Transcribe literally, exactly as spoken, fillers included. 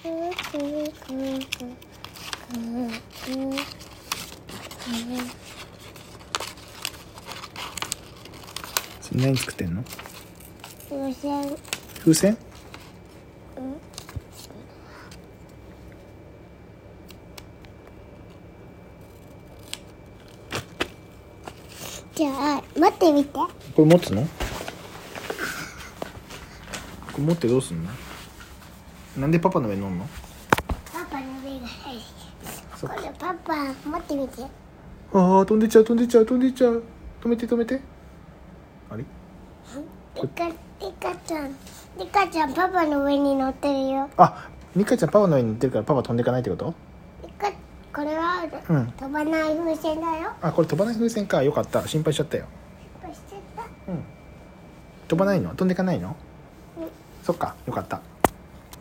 何作ってんの？ 風船。 風船？ うん。じゃあ持ってみて。 これ持つの？これ持ってどうすんの？なんでパパの上に乗んの？ パパの上が入る。 そっか。 これパパ持ってみて。 ああ、飛んでっちゃう飛んでっちゃう飛んでっちゃう。止めて止めて。あれ？ リカリカちゃんリカちゃんパパの上に乗ってるよ。 あ、リカちゃんパパの上に乗ってるからパパ飛んでいかないってこと？ リカこれは、 うん、 飛ばない風船だよ。 あ、これ飛ばない風船か。よかった。心配しちゃったよ。 心配しちゃった。 うん。飛ばないの？飛んでいかないの？ うん。 そっか、よかった。